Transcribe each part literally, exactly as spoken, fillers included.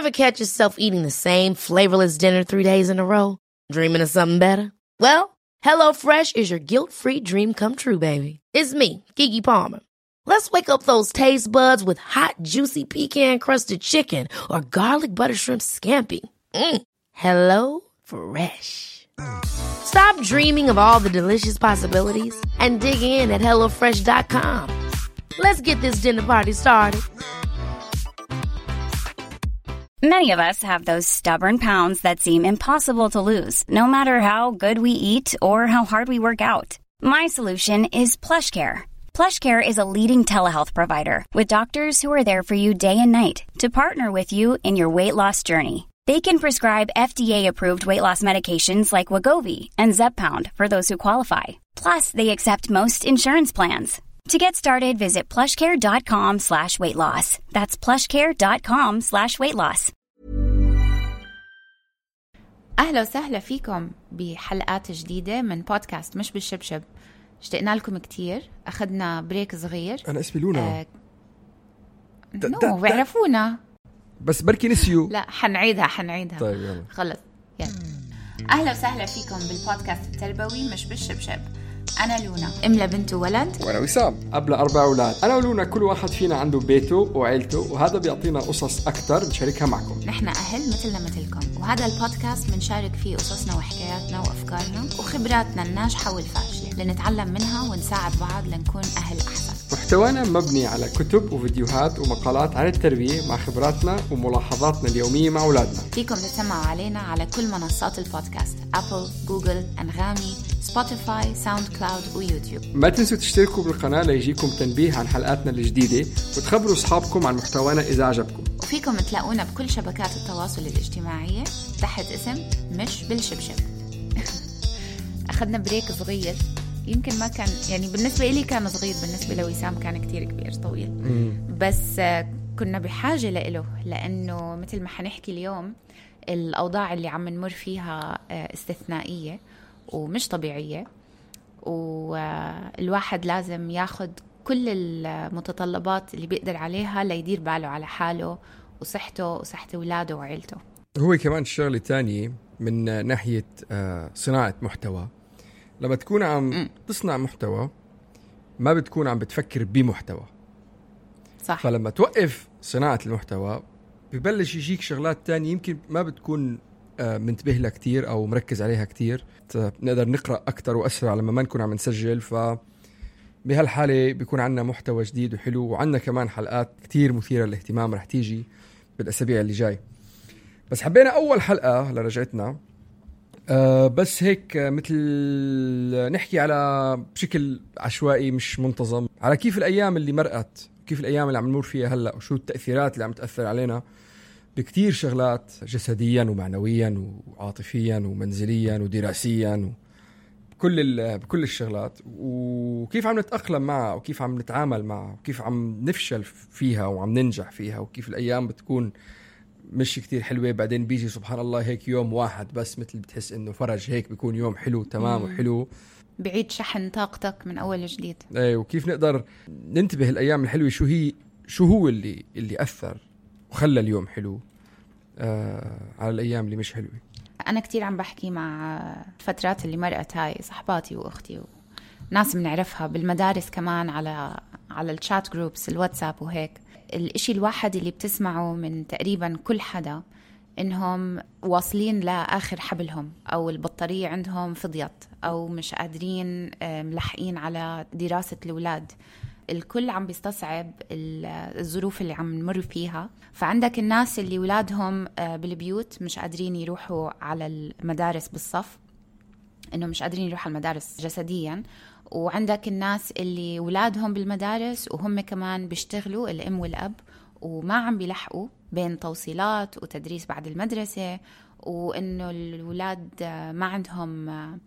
Ever catch yourself eating the same flavorless dinner three days in a row? Dreaming of something better? Well, HelloFresh is your guilt-free dream come true, baby. It's me, Keke Palmer. Let's wake up those taste buds with hot, juicy pecan-crusted chicken or garlic butter shrimp scampi. Mm. Hello Fresh. Stop dreaming of all the delicious possibilities and dig in at hello fresh dot com. Let's get this dinner party started. Many of us have those stubborn pounds that seem impossible to lose, no matter how good we eat or how hard we work out. My solution is PlushCare. PlushCare is a leading telehealth provider with doctors who are there for you day and night to partner with you in your weight loss journey. They can prescribe F D A-approved weight loss medications like Wegovy and Zepbound for those who qualify. Plus, they accept most insurance plans. To get started, visit plushcare.com slash weight loss. That's plushcare.com slash weight loss. أهلا وسهلا فيكم بحلقات جديدة من بودكاست مش بالشبشب. اشتقنا لكم كتير. أخذنا بريك صغير. أنا اسمي لونا. آه... نو بيعرفونا بس بركي نسيو. لا حنعيدها حنعيدها طيب يلا خلص يلا. أهلا وسهلا فيكم بالبودكاست التربوي مش بالشبشب. أنا لونا أم لبنت وولد، وأنا وسام قبل أربع أولاد. أنا ولونا كل واحد فينا عنده بيته وعيلته، وهذا بيعطينا قصص أكتر نشاركها معكم. نحن أهل مثلنا مثلكم، وهذا البودكاست منشارك فيه قصصنا وحكاياتنا وأفكارنا وخبراتنا الناجحة والفاشلة لنتعلم منها ونساعد بعض لنكون أهل أحسن. محتوانا مبني على كتب وفيديوهات ومقالات عن التربية مع خبراتنا وملاحظاتنا اليومية مع أولادنا. فيكم تسمعوا علينا على كل منصات البودكاست: أبل، جوجل، أنغامي، سبوتيفاي، ساوند كلاود ويوتيوب. ما تنسوا تشتركوا بالقناة ليجيكم تنبيه عن حلقاتنا الجديدة، وتخبروا أصحابكم عن محتوانا إذا عجبكم. وفيكم تلاقونا بكل شبكات التواصل الاجتماعية تحت اسم مش بالشبشب. أخذنا بريك صغير، يمكن ما كان يعني بالنسبة إلي كان صغير، بالنسبة لوسام كان كتير كبير طويل. مم. بس كنا بحاجة له، لأنه مثل ما حنحكي اليوم الأوضاع اللي عم نمر فيها استثنائية ومش طبيعية، والواحد لازم ياخد كل المتطلبات اللي بيقدر عليها ليدير باله على حاله وصحته وصحة أولاده وعيلته. هو كمان شغلة تانية من ناحية صناعة محتوى، لما تكون عم م. تصنع محتوى ما بتكون عم بتفكر بمحتوى، صح. فلما توقف صناعة المحتوى ببلش يجيك شغلات تانية يمكن ما بتكون منتبه لها كتير أو مركز عليها كتير، نقدر نقرأ أكتر وأسرع لما ما نكون عم نسجل. فبهالحالة بيكون عنا محتوى جديد وحلو، وعنا كمان حلقات كتير مثيرة للاهتمام رح تيجي بالأسابيع اللي جاي. بس حبينا أول حلقة لرجعتنا أه بس هيك مثل نحكي على بشكل عشوائي مش منتظم على كيف الأيام اللي مرقت، كيف الأيام اللي عم نمر فيها هلأ، وشو التأثيرات اللي عم تأثر علينا بكتير شغلات جسديا ومعنويا وعاطفيا ومنزليا ودراسيا وكل بكل الشغلات، وكيف عم نتأقلم معها وكيف عم نتعامل معها وكيف عم نفشل فيها وعم ننجح فيها، وكيف الأيام بتكون مش كتير حلوة بعدين بيجي سبحان الله هيك يوم واحد بس مثل بتحس إنه فرج هيك بيكون يوم حلو تمام وحلو بعيد شحن طاقتك من أول جديد. أي وكيف نقدر ننتبه الأيام الحلوة شو هي شو هو اللي اللي أثر وخلى اليوم حلو آه على الأيام اللي مش حلوة. أنا كتير عم بحكي مع الفترات اللي مرقت هاي صحباتي وأختي وناس بنعرفها بالمدارس كمان على على الشات جروبس الواتساب وهيك. الاشي الواحد اللي بتسمعه من تقريبا كل حدا إنهم واصلين لآخر حبلهم، أو البطارية عندهم فضيت، أو مش قادرين ملحقين على دراسة الأولاد. الكل عم بيستصعب الظروف اللي عم نمر فيها. فعندك الناس اللي ولادهم بالبيوت مش قادرين يروحوا على المدارس بالصف، إنه مش قادرين يروحوا على المدارس جسديا، وعندك الناس اللي ولادهم بالمدارس وهم كمان بيشتغلوا الأم والأب وما عم بيلحقوا بين توصيلات وتدريس بعد المدرسة، وإنه الولاد ما عندهم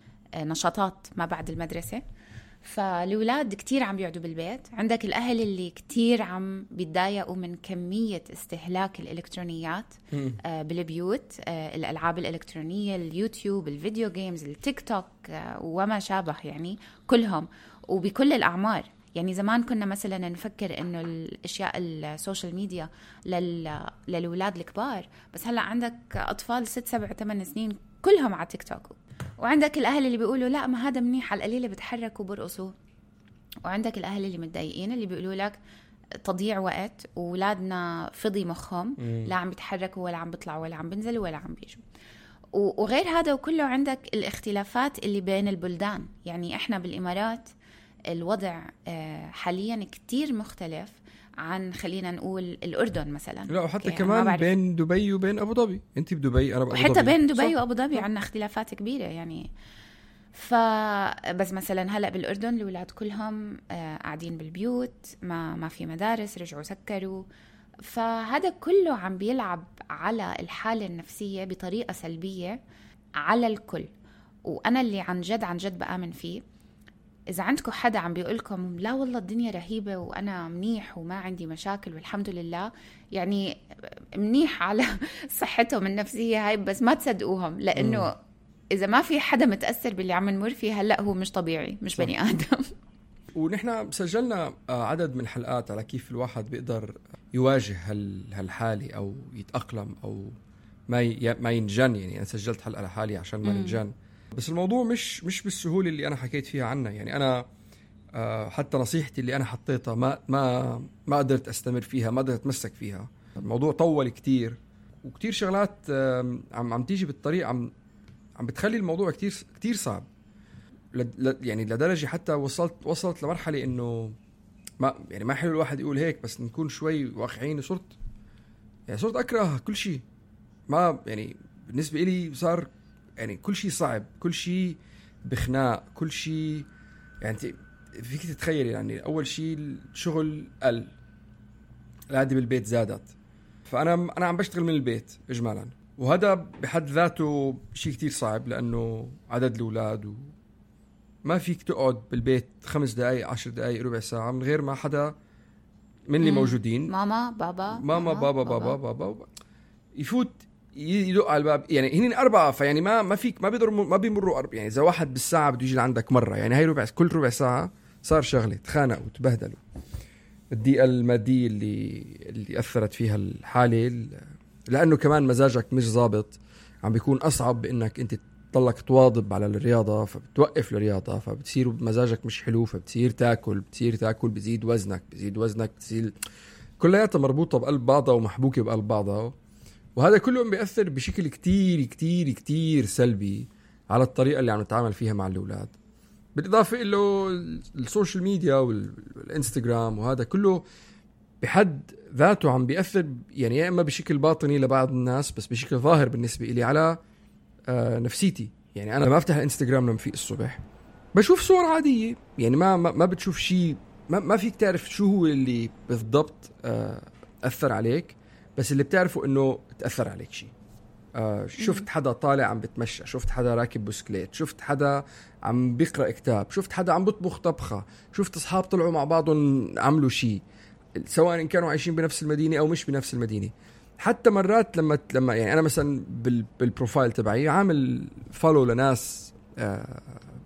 نشاطات ما بعد المدرسة. فالولاد كتير عم بيقعدوا بالبيت. عندك الأهل اللي كتير عم بيتضايقوا من كمية استهلاك الإلكترونيات آه بالبيوت، آه الألعاب الإلكترونية، اليوتيوب، الفيديو جيمز، التيك توك آه وما شابه، يعني كلهم وبكل الأعمار. يعني زمان كنا مثلا نفكر إنه الأشياء السوشيال ميديا لل للأولاد الكبار، بس هلا عندك أطفال ست سبع ثمان سنين كلهم على تيك توك، وعندك الأهل اللي بيقولوا لا ما هذا منيح، على القليلة بتحركوا وبرقصوا، وعندك الأهل اللي متضايقين اللي بيقولوا لك تضييع وقت وولادنا فضي مخهم، لا عم بيتحركوا ولا عم بيطلعوا ولا عم بينزلوا ولا عم بيجوا. وغير هذا وكله عندك الاختلافات اللي بين البلدان. يعني احنا بالإمارات الوضع حاليا كتير مختلف عن خلينا نقول الأردن مثلا. لا وحتى كمان بين دبي وبين أبو ظبي، انت بدبي أنا بأبو ظبي، حتى بين دبي وأبو ظبي عندنا اختلافات كبيرة يعني. فبس مثلا هلأ بالأردن الولاد كلهم قاعدين بالبيوت، ما ما في مدارس، رجعوا سكروا، فهذا كله عم بيلعب على الحالة النفسية بطريقة سلبية على الكل. وأنا اللي عن جد عن جد بآمن فيه، إذا عندكم حدا عم بيقولكم لا والله الدنيا رهيبة وأنا منيح وما عندي مشاكل والحمد لله، يعني منيح على صحتهم النفسية هاي، بس ما تصدقوهم، لأنه م. إذا ما في حدا متأثر باللي عم نمر فيه هلأ هو مش طبيعي، مش صح. بني آدم. ونحن سجلنا عدد من الحلقات على كيف الواحد بيقدر يواجه هالحالة أو يتأقلم أو ما ما ينجن. يعني أنا سجلت حلقة لحالي عشان ما ننجن، بس الموضوع مش مش بالسهولة اللي أنا حكيت فيها عنها. يعني أنا حتى نصيحتي اللي أنا حطيتها ما ما ما قدرت أستمر فيها، ما قدرت أتمسك فيها. الموضوع طول كتير، وكتير شغلات عم عم تيجي بالطريق عم عم بتخلي الموضوع كتير كتير صعب. يعني لدرجة حتى وصلت وصلت لمرحلة إنه ما يعني ما حلو الواحد يقول هيك، بس نكون شوي واقعيين. صرت يعني صرت أكره كل شيء. ما يعني بالنسبة إلي صار يعني كل شيء صعب، كل شيء بخناق، كل شيء يعني فيك تتخيل. يعني أول شيء الشغل قل، القعدة بالبيت زادت، فأنا أنا عم بشتغل من البيت إجمالا، وهذا بحد ذاته شيء كتير صعب لأنه عدد الأولاد و ما فيك تقعد بالبيت خمس دقايق عشر دقايق ربع ساعة من غير ما حدا من اللي موجودين، ماما بابا ماما بابا بابا بابا, بابا, بابا يفوت يدق على الباب. يعني هنين أربعة، فيعني ما ما فيك ما بيقدر ما بيمروا أربعة. يعني إذا واحد بالساعة بده يجي لعندك مرة، يعني هاي ربع كل ربع ساعة صار شغلة، تخانقوا وتبهدلوا. الضيقة المادية اللي اللي أثرت فيها الحالة، لأنه كمان مزاجك مش ضابط، عم بيكون أصعب بإنك أنت تضلك تواظب على الرياضة، فبتوقف الرياضة، فبتصير مزاجك مش حلو، فبتصير تاكل بتصير تاكل بزيد وزنك بزيد وزنك بتصير كلياتها مربوطة بقلب بعضها ومحبوكة بقلب بعضها. وهذا كله بيأثر بشكل كتير كتير كتير سلبي على الطريقة اللي عم نتعامل فيها مع الأولاد. بالإضافة إله السوشيال ميديا والإنستغرام، وهذا كله بحد ذاته عم بيأثر يعني يا إما بشكل باطني لبعض الناس، بس بشكل ظاهر بالنسبة إلي على آه نفسيتي. يعني أنا ما أفتح الإنستغرام لما في الصبح بشوف صور عادية، يعني ما ما, ما بتشوف شيء، ما, ما فيك تعرف شو هو اللي بالضبط آه أثر عليك، بس اللي بتعرفه إنه تأثر عليك شيء. آه شفت حدا طالع عم بتمشى، شفت حدا راكب بسكليت، شفت حدا عم بيقرأ كتاب، شفت حدا عم بطبخ طبخة، شفت أصحاب طلعوا مع بعضهم عملوا شيء، سواء إن كانوا عايشين بنفس المدينة أو مش بنفس المدينة. حتى مرات لما لما يعني أنا مثلا بالبروفايل تبعي عامل فولو لناس آه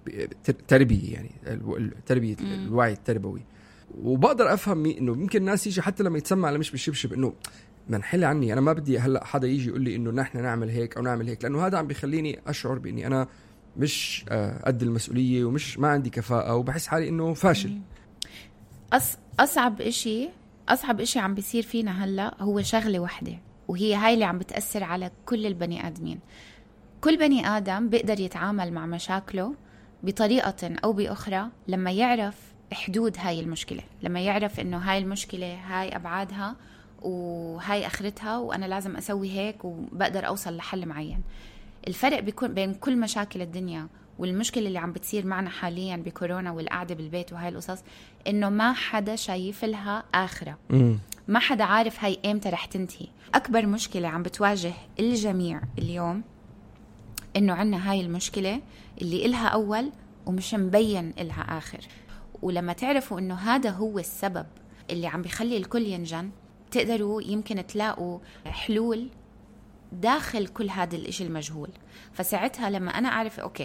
تربية، يعني التربية الوعي التربوي، وبقدر أفهم إنه ممكن الناس يجي حتى لما يتسمع على مش بالشبشب إنه منحل عني، أنا ما بدي هلأ حدا يجي يقول لي إنه نحن نعمل هيك أو نعمل هيك، لأنه هذا عم بيخليني أشعر بإني أنا مش آه قد المسؤولية ومش ما عندي كفاءة، وبحس حالي إنه فاشل. أص أصعب إشي أصعب إشي عم بيصير فينا هلأ هو شغلة واحدة، وهي هاي اللي عم بتأثر على كل البني آدمين. كل بني آدم بيقدر يتعامل مع مشاكله بطريقة أو بأخرى لما يعرف حدود هاي المشكلة، لما يعرف إنه هاي المشكلة هاي أبعادها وهاي أخرتها وأنا لازم أسوي هيك وبقدر أوصل لحل معين. الفرق بيكون بين كل مشاكل الدنيا والمشكلة اللي عم بتصير معنا حاليا بكورونا والقعدة بالبيت وهاي القصص، إنه ما حدا شايف لها آخرة، ما حدا عارف هاي إمتى رح تنتهي. أكبر مشكلة عم بتواجه الجميع اليوم إنه عنا هاي المشكلة اللي إلها أول ومش مبين إلها آخر. ولما تعرفوا إنه هذا هو السبب اللي عم بيخلي الكل ينجن، تقدروا يمكن تلاقوا حلول داخل كل هذا الإشي المجهول. فساعتها لما أنا أعرف أوكي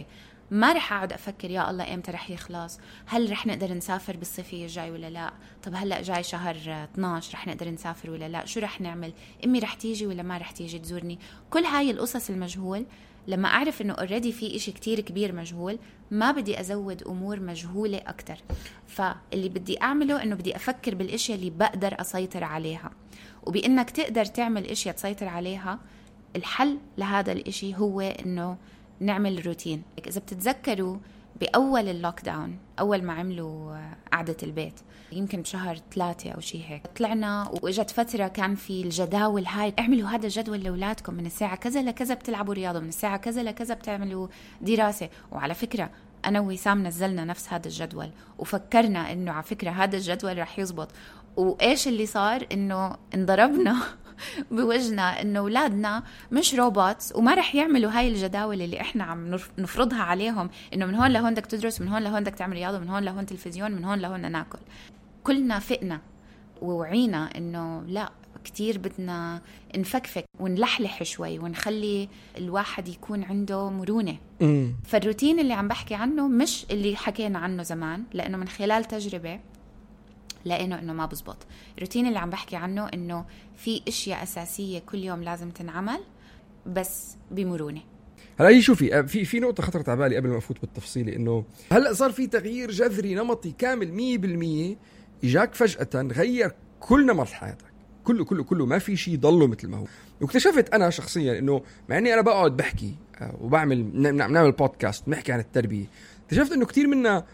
ما رح أقعد أفكر يا الله إمتى رح يخلص، هل رح نقدر نسافر بالصيفية الجاي ولا لا، طب هلأ جاي شهر اثناشر رح نقدر نسافر ولا لا، شو رح نعمل، أمي رح تيجي ولا ما رح تيجي تزورني. كل هاي القصص المجهول لما أعرف إنه already في إشي كتير كبير مجهول، ما بدي أزود أمور مجهولة أكتر. فاللي بدي أعمله إنه بدي أفكر بالإشياء اللي بقدر أسيطر عليها، وبإنك تقدر تعمل إشياء تسيطر عليها. الحل لهذا الإشي هو إنه نعمل روتين. إذا بتتذكروا بأول اللوك داون، أول ما عملوا قعدة البيت، يمكن بشهر ثلاثة أو شيء هيك، طلعنا وإجت فترة كان في الجداول هاي، اعملوا هذا الجدول لأولادكم، من الساعة كذا لكذا بتلعبوا رياضة، من الساعة كذا لكذا بتعملوا دراسة. وعلى فكرة أنا ووسام نزلنا نفس هذا الجدول، وفكرنا إنه على فكرة هذا الجدول رح يزبط. وإيش اللي صار؟ إنه انضربنا بوجهنا إنه أولادنا مش روبوتس، وما رح يعملوا هاي الجداول اللي إحنا عم نفرضها عليهم، إنه من هون لهون بدك تدرس، من هون لهون بدك تعمل رياضة، من هون لهون تلفزيون، من هون لهون ناكل. كلنا فقنا ووعينا إنه لا، كتير بدنا نفكفك ونلحلح شوي ونخلي الواحد يكون عنده مرونة. م. فالروتين اللي عم بحكي عنه مش اللي حكينا عنه زمان، لأنه من خلال تجربة لأنه إنه ما بزبط. الروتين اللي عم بحكي عنه إنه في إشياء أساسية كل يوم لازم تنعمل، بس بمرونة. هلا هي شوفي، في في نقطة خطرت على بالي قبل ما أفوت بالتفصيل، إنه هلا صار في تغيير جذري نمطي كامل مية بالمية، إجاك فجأة غير كل نمط حياتك، كله كله كله ما في شيء ضله مثل ما هو. واكتشفت أنا شخصيا إنه مع إني أنا بقعد بحكي وبعمل نعمل بودكاست بنحكي عن التربية، اكتشفت إنه كتير منا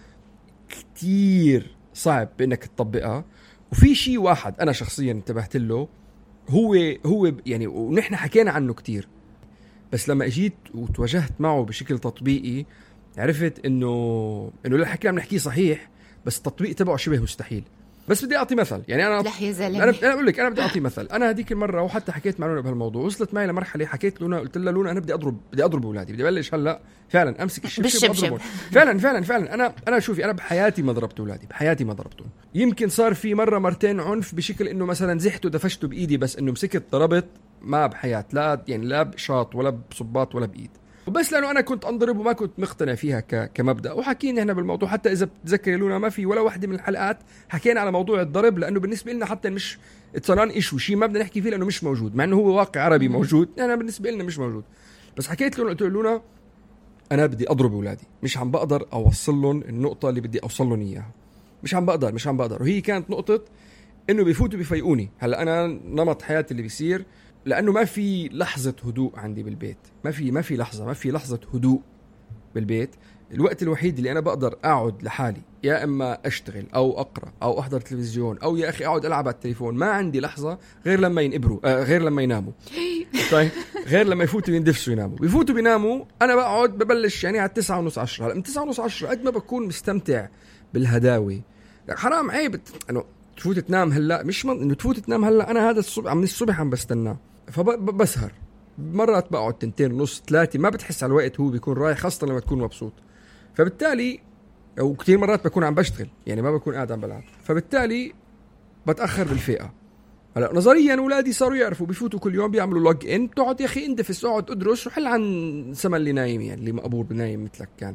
كتير صعب بإنك تطبقها. وفي شيء واحد أنا شخصيا انتبهت له، هو هو يعني ونحن حكينا عنه كتير، بس لما اجيت وتواجهت معه بشكل تطبيقي عرفت إنه إنه اللي حكينا بنحكيه صحيح، بس التطبيق تبعه شبه مستحيل. بس بدي أعطي مثل، يعني أنا أنا أنا أقول لك أنا بدي أعطي مثل. أنا هذيك المرة وحتى حكيت مع لونا بهالموضوع، وصلت معي لمرحلة حكيت لونا، قلت لها لونا أنا بدي أضرب بدي أضرب أولادي، بدي أبلش هلا فعلا أمسك الشبشب وأضربهم. فعلا فعلا فعلا أنا أنا شوفي، أنا بحياتي ما ضربت أولادي، بحياتي ما ضربتهم. يمكن صار في مرة مرتين عنف بشكل إنه مثلا زحت ودفشته بإيدي، بس إنه مسكت ضربت ما بحياة، لا يعني لا بشاط ولا بصباط ولا بإيد، وبس لأنه أنا كنت أنضرب وما كنت مقتنع فيها ك... كمبدأ. وحكينا هنا بالموضوع، حتى إذا بتذكر لونا ما في ولا واحدة من الحلقات حكينا على موضوع الضرب، لأنه بالنسبة لنا حتى مش اتسانان إيشو، شيء ما بدنا نحكي فيه لأنه مش موجود، مع أنه هو واقع عربي موجود، أنا يعني بالنسبة لنا مش موجود. بس حكيت لونا، قلت لونا أنا بدي أضرب أولادي، مش عم بقدر أوصل لهم النقطة اللي بدي أوصل لهم إياها، مش عم بقدر مش عم بقدر وهي كانت نقطة إنه بيفوتوا بيفيقوني. هلأ أنا نمط حياتي اللي بيصير، لأنه ما في لحظة هدوء عندي بالبيت، ما في ما في لحظة ما في لحظة هدوء بالبيت. الوقت الوحيد اللي أنا بقدر أقعد لحالي، يا إما أشتغل أو أقرأ أو أحضر تلفزيون أو يا أخي أقعد ألعب على التليفون، ما عندي لحظة غير لما ينقبروا، آه غير لما يناموا طيب غير لما يفوتوا يندفسوا يناموا. بيفوتوا بيناموا أنا بقعد ببلش يعني على التسعة ونص عشرة. هلا من تسعة ونص عشرة قد ما بكون مستمتع بالهداوي، حرام عيب إنه تفوت تنام هلا، مش من... إنه تفوت تنام هلا. أنا هذا الصبح من الصبح عم بستناه، فبسهر مرات بقعد تنتين ونص ثلاثة، ما بتحس على الوقت، هو بيكون رايح خاصة لما تكون مبسوط. فبالتالي أو كتير مرات بكون عم بشتغل، يعني ما بكون قاعد عم بلعب، فبالتالي بتأخر بالفئة. هلا نظريا أولادي صاروا يعرفوا، بيفوتوا كل يوم بيعملوا لوج إن، تقعد يا أخي اندفس، اقعد ادرس وحل عن سما اللي نايم، يعني اللي مقبور بنايم مثلك كان.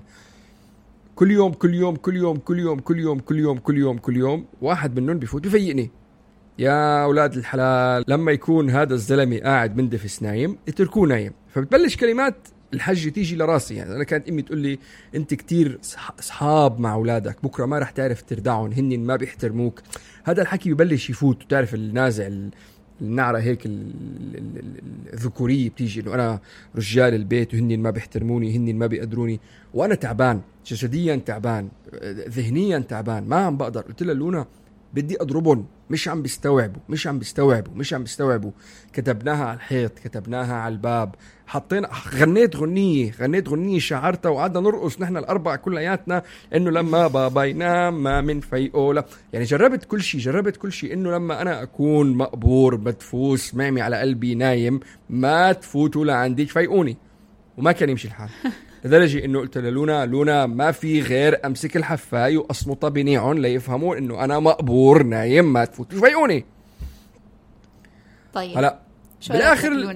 كل يوم كل يوم كل يوم كل يوم كل يوم كل يوم كل يوم كل يوم واحد منهم بيفوت بيفيقني. يا أولاد الحلال، لما يكون هذا الزلمي قاعد مندفس نايم اتركوه نايم. فبتبلش كلمات الحج تيجي لراسي. يعني أنا كانت أمي تقول لي أنت كتير صحاب مع أولادك، بكرة ما رح تعرف تردعهم، هن ما بيحترموك. هذا الحكي ببلش يفوت، وتعرف النازع النعرة هيك الذكورية بتيجي، إنه أنا رجال البيت وهن ما بيحترموني، هن ما بيقدروني، وأنا تعبان جسديا، تعبان ذهنيا، تعبان ما عم بقدر. قلت لها لونا بدي أضربهم، مش عم بيستوعبوا مش عم بيستوعبوا مش عم بيستوعبوا. كتبناها على الحيط، كتبناها على الباب، حطينا، غنيت غنية غنيت غنية شعرتها، وقعدنا نرقص نحن الأربع كلياتنا، إنه لما بابا ينام ما من فيقولة. يعني جربت كل شيء جربت كل شيء إنه لما أنا أكون مقبور مدفوس معمي على قلبي نايم ما تفوتوا لعندي فيقوني، وما كان يمشي الحال. لدرجة إنه قلت للونا لونا ما في غير أمسك الحفاي وأصمت بنيعون ليفهمون إنه أنا مقبور نايم ما تفوتوا فيقوني. طيب هلا بالآخر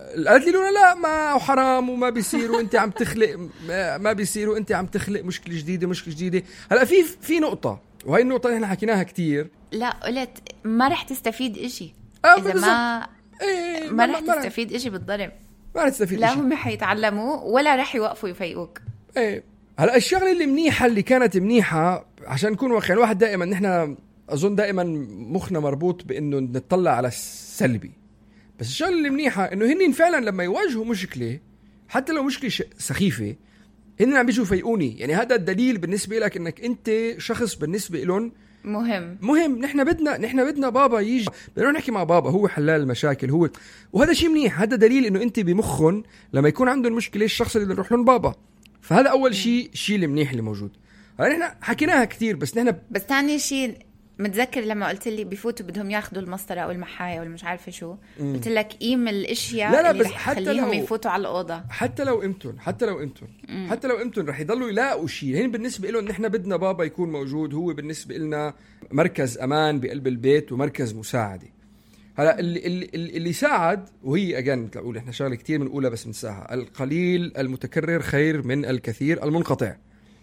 قالت لي لونا لا ما حرام وما بيصير وانت عم تخلق ما بيصير وانت عم تخلق مشكله جديده مشكله جديده. هلا في في نقطه وهي النقطه اللي احنا حكيناها كتير. لا قلت ما رح تستفيد إشي آه اذا ما ايه ما رح تستفيد إشي بالضرب. ما رح تستفيد لا إشي. هم حيتعلموا ولا رح يوقفوا يفيقوك. ايه هلا الشغله اللي منيحه اللي كانت منيحه عشان نكون واقعيين. الواحد دائما نحن اظن دائما مخنا مربوط بانه نتطلع على السلبي، بس الشغله اللي منيحه انه هن فعلا لما يواجهوا مشكله حتى لو مشكله سخيفه هن عم بيجوا يفيقوني. يعني هذا الدليل بالنسبه لك انك انت شخص بالنسبه لهم مهم مهم. نحن بدنا نحن بدنا بابا يجي، بدنا نحكي مع بابا، هو حلال المشاكل هو، وهذا شيء منيح. هذا دليل انه انت بمخهم لما يكون عندهم مشكله الشخص اللي نروح لهم بابا. فهذا اول شيء الشيء المنيح اللي موجود. هلا نحن حكيناها كتير بس نحن بس ثاني شيء متذكر لما قلت لي بيفوتوا بدهم ياخذوا المسطره او المحايه ولا مش عارفه شو، قلت لك قيم الاشياء لا لا اللي بس رح حتى تخليهم لو يفوتوا على الاوضه. حتى لو امتن حتى لو امتن حتى لو امتن رح يضلوا يلاقوا شيء. هن بالنسبه لهم نحن بدنا بابا يكون موجود، هو بالنسبه لنا مركز امان بقلب البيت ومركز مساعده. هلا اللي اللي, اللي ساعد وهي اجان مثل اقول احنا شغله كتير بنقولها بس بنساها، القليل المتكرر خير من الكثير المنقطع.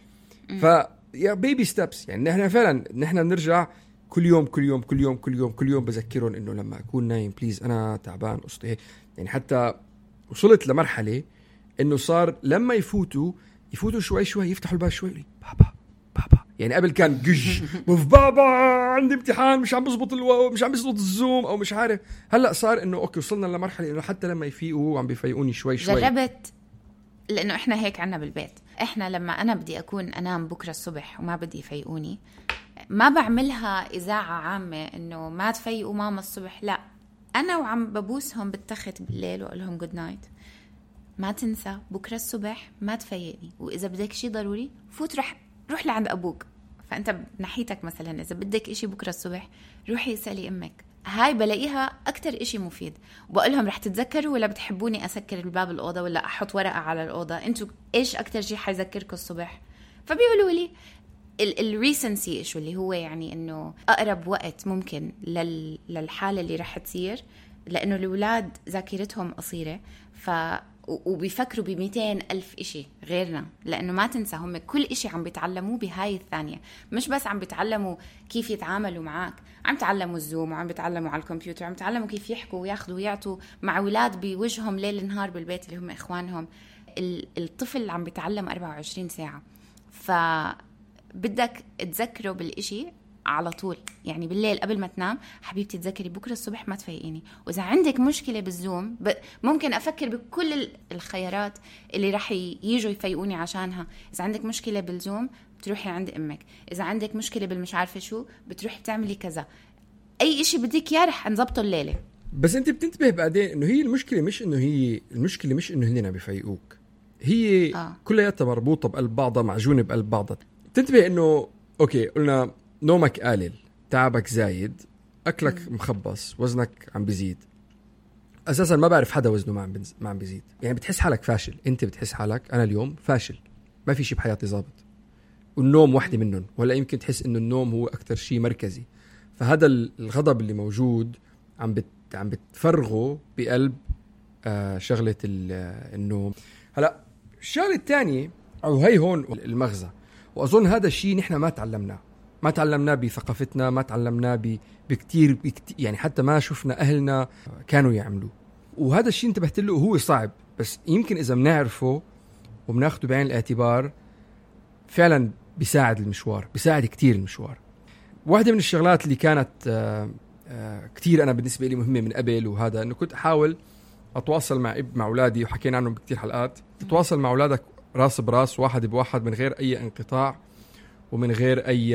ف يا بيبي ستابس. يعني نحن فعلا نحن بنرجع كل يوم كل يوم كل يوم كل يوم كل يوم بذكرهم انه لما اكون نايم بليز انا تعبان قصتي. يعني حتى وصلت لمرحله انه صار لما يفوتوا يفوتوا شوي شوي يفتحوا الباب شوي بابا بابا. يعني قبل كان جج وف بابا عندي امتحان مش عم بزبط الو... مش عم بزبط الزوم او مش عارف. هلا صار انه اوكي وصلنا لمرحله انه حتى لما يفيقوا عم بيفيقوني شوي شوي. جربت لانه احنا هيك عنا بالبيت. احنا لما انا بدي اكون انام بكره الصبح وما بدي يفيقوني ما بعملها اذاعه عامه انه ما تفيقوا ماما الصبح، لا انا وعم ببوسهم بالتخت بالليل واقول لهم جود نايت، ما تنسى بكره الصبح ما تفيقني، واذا بدك شيء ضروري فوت رح روح لعند ابوك. فانت بناحيتك مثلا اذا بدك إشي بكره الصبح روحي اسالي امك. هاي بلاقيها اكتر إشي مفيد. وبقول لهم رح تتذكروا ولا بتحبوني اسكر الباب الاوضه ولا احط ورقه على الاوضه؟ انتوا ايش اكتر شيء حيذكركم الصبح؟ فبيقولوا لي الريسنسي إيش اللي هو يعني انه اقرب وقت ممكن لل... للحاله اللي رح تصير، لانه الاولاد ذاكرتهم قصيره ف وبيفكروا بمئتين ألف إشي غيرنا. لأنه ما تنسى هم كل إشي عم بيتعلموه بهاي الثانية، مش بس عم بيتعلموا كيف يتعاملوا معك، عم بيتعلموا الزوم وعم بيتعلموا على الكمبيوتر، عم بيتعلموا كيف يحكوا وياخذوا ويعطوا مع أولاد بوجههم ليل نهار بالبيت اللي هم إخوانهم. الطفل عم بيتعلم أربعة وعشرين ساعة، فبدك تذكره بالإشي على طول. يعني بالليل قبل ما تنام حبيبتي تذكري بكرة الصبح ما تفيقيني، وإذا عندك مشكلة بالزوم ب... ممكن أفكر بكل الخيارات اللي رح ييجوا يفيقوني عشانها. إذا عندك مشكلة بالزوم بتروحي عند أمك، إذا عندك مشكلة بالمش عارفة شو بتروحي تعملي كذا، أي إشي بدك يا رح نزبطه الليلة. بس أنت بتنتبه بعدين إنه هي المشكلة مش إنه هي المشكلة مش إنه هن بيفيقوك، هي آه. كلها مربوطة بقلب بعضها معجونة بقلب بعضها. تنتبه إنه أوكي قلنا نومك قليل، تعبك زايد، أكلك مخبص، وزنك عم بيزيد. أساساً ما بعرف حدا وزنه ما عم بنز... ما عم بيزيد. يعني بتحس حالك فاشل، أنت بتحس حالك أنا اليوم فاشل، ما في شيء بحياتي ظابط، والنوم واحدة منهم. ولا يمكن تحس إنه النوم هو أكتر شيء مركزي. فهذا الغضب اللي موجود عم بت... عم بتفرغه بقلب آه شغلة النوم. هلا الشغلة الثانية أو هي هون المغزى، وأظن هذا الشيء نحن ما تعلمناه ما تعلمناه بثقافتنا، ما تعلمناه بكتير, بكتير يعني حتى ما شفنا أهلنا كانوا يعملوه. وهذا الشيء انتبهت له هو صعب، بس يمكن إذا بنعرفه وبناخده بعين الاعتبار فعلا بيساعد المشوار، بيساعد كتير المشوار. واحدة من الشغلات اللي كانت آآ آآ كتير أنا بالنسبة لي مهمة من قبل، وهذا أنه كنت أحاول أتواصل مع اب مع أولادي، وحكينا عنهم بكتير حلقات. تتواصل مع أولادك راس براس، واحد بواحد، من غير أي انقطاع ومن غير أي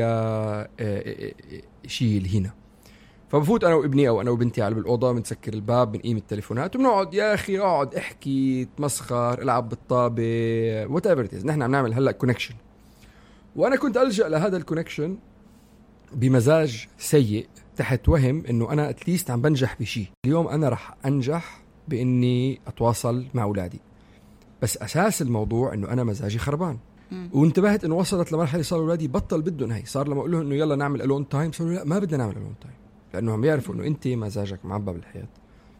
شيء هنا. فبفوت أنا وابني أو أنا وبنتي على بالأوضة، بنسكر الباب، بنقيم التليفونات وبنقعد يا أخي اقعد احكي تمسخر العب بالطابة whatever it is. نحن عم نعمل هلأ كونكشن، وأنا كنت ألجأ لهذا الكونكشن بمزاج سيء تحت وهم إنه أنا أتليست عم بنجح بشيء. اليوم أنا رح أنجح بإني أتواصل مع أولادي، بس أساس الموضوع إنه أنا مزاجي خربان. وانتبهت انه وصلت لمرحله صار اولادي بطل بدهم هي، صار لما اقول لهم انه يلا نعمل الون تايم صاروا لا ما بدنا نعمل الون تايم، لانه هم يعرفوا انه انت مزاجك معبى بالحياه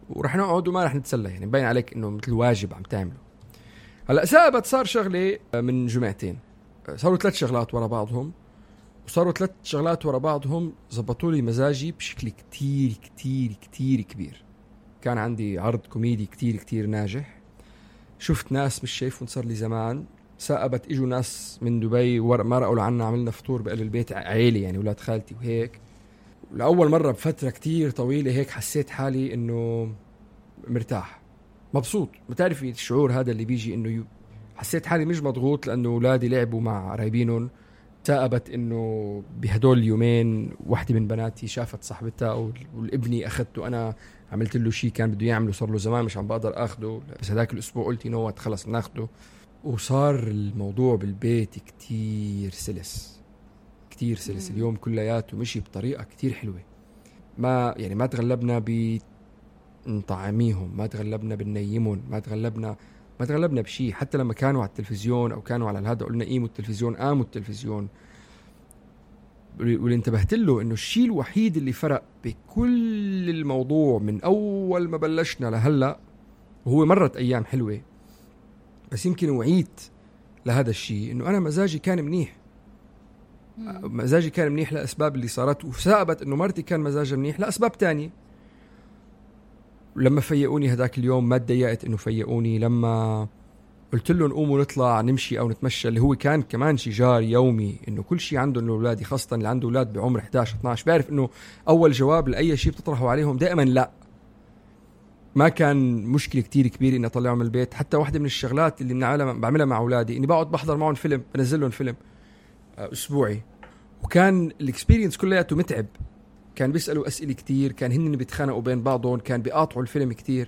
ورح نقعد وما رح نتسلى، يعني مبين عليك انه مثل واجب عم تعمله. هلا ثابت صار شغله من جمعتين، صاروا ثلاث شغلات ورا بعضهم، وصاروا ثلاث شغلات ورا بعضهم زبطوا لي مزاجي بشكل كتير كتير كتير كبير. كان عندي عرض كوميدي كتير كتير ناجح، شفت ناس مش شايفهم صار لي زمان، ثابت اجوا ناس من دبي ما رأوا عنا، عملنا فطور بقلب البيت عائلي يعني ولاد خالتي وهيك. لأول مرة بفترة كتير طويلة هيك حسيت حالي إنه مرتاح مبسوط. بتعرفي الشعور هذا اللي بيجي إنه حسيت حالي مش مضغوط لأنه أولادي لعبوا مع قرايبينهم. ثابت إنه بهدول اليومين واحدة من بناتي شافت صاحبتها والابني أخذته، أنا عملت له شيء كان بده يعمله صار له زمان مش عم بقدر أخده، بس هذاك الأسبوع قلت نوات خلص ناخده. وصار الموضوع بالبيت كتير سلس كتير سلس. اليوم كلياته مشي بطريقة كتير حلوة، ما يعني ما تغلبنا بنطعميهم، ما تغلبنا بنيمهم، ما تغلبنا ما تغلبنا بشيء. حتى لما كانوا على التلفزيون أو كانوا على هذا قلنا قيموا التلفزيون، قاموا التلفزيون. واللي انتبهت له إنه الشيء الوحيد اللي فرق بكل الموضوع من أول ما بلشنا لهلأ، وهو مرت أيام حلوة بس يمكن وعيت لهذا الشيء، إنه أنا مزاجي كان منيح. مزاجي كان منيح لأسباب اللي صارت، وثابت إنه مرتي كان مزاجها منيح لأسباب تانية. لما فيقوني هداك اليوم ما تضايقت إنه فيقوني، لما قلت لهم قوموا نطلع نمشي أو نتمشى، اللي هو كان كمان شجار يومي إنه كل شيء عنده إنه أولادي، خاصة اللي عنده أولاد بعمر إحدى عشر اثنا عشر، بعرف إنه أول جواب لأي شيء بتطرحوا عليهم دائما لا. ما كان مشكلة كتير كبيرة إني أطلعهم من البيت. حتى واحدة من الشغلات اللي بنعملها بعملها مع أولادي إني بقعد بحضر معهم فيلم، بنزل لهم فيلم أسبوعي، وكان الإكسبيرينس كلياته متعب. كان بيسألوا أسئلة كتير، كان هن بيتخانقوا بين بعضهم، كان بيقاطعوا الفيلم كتير.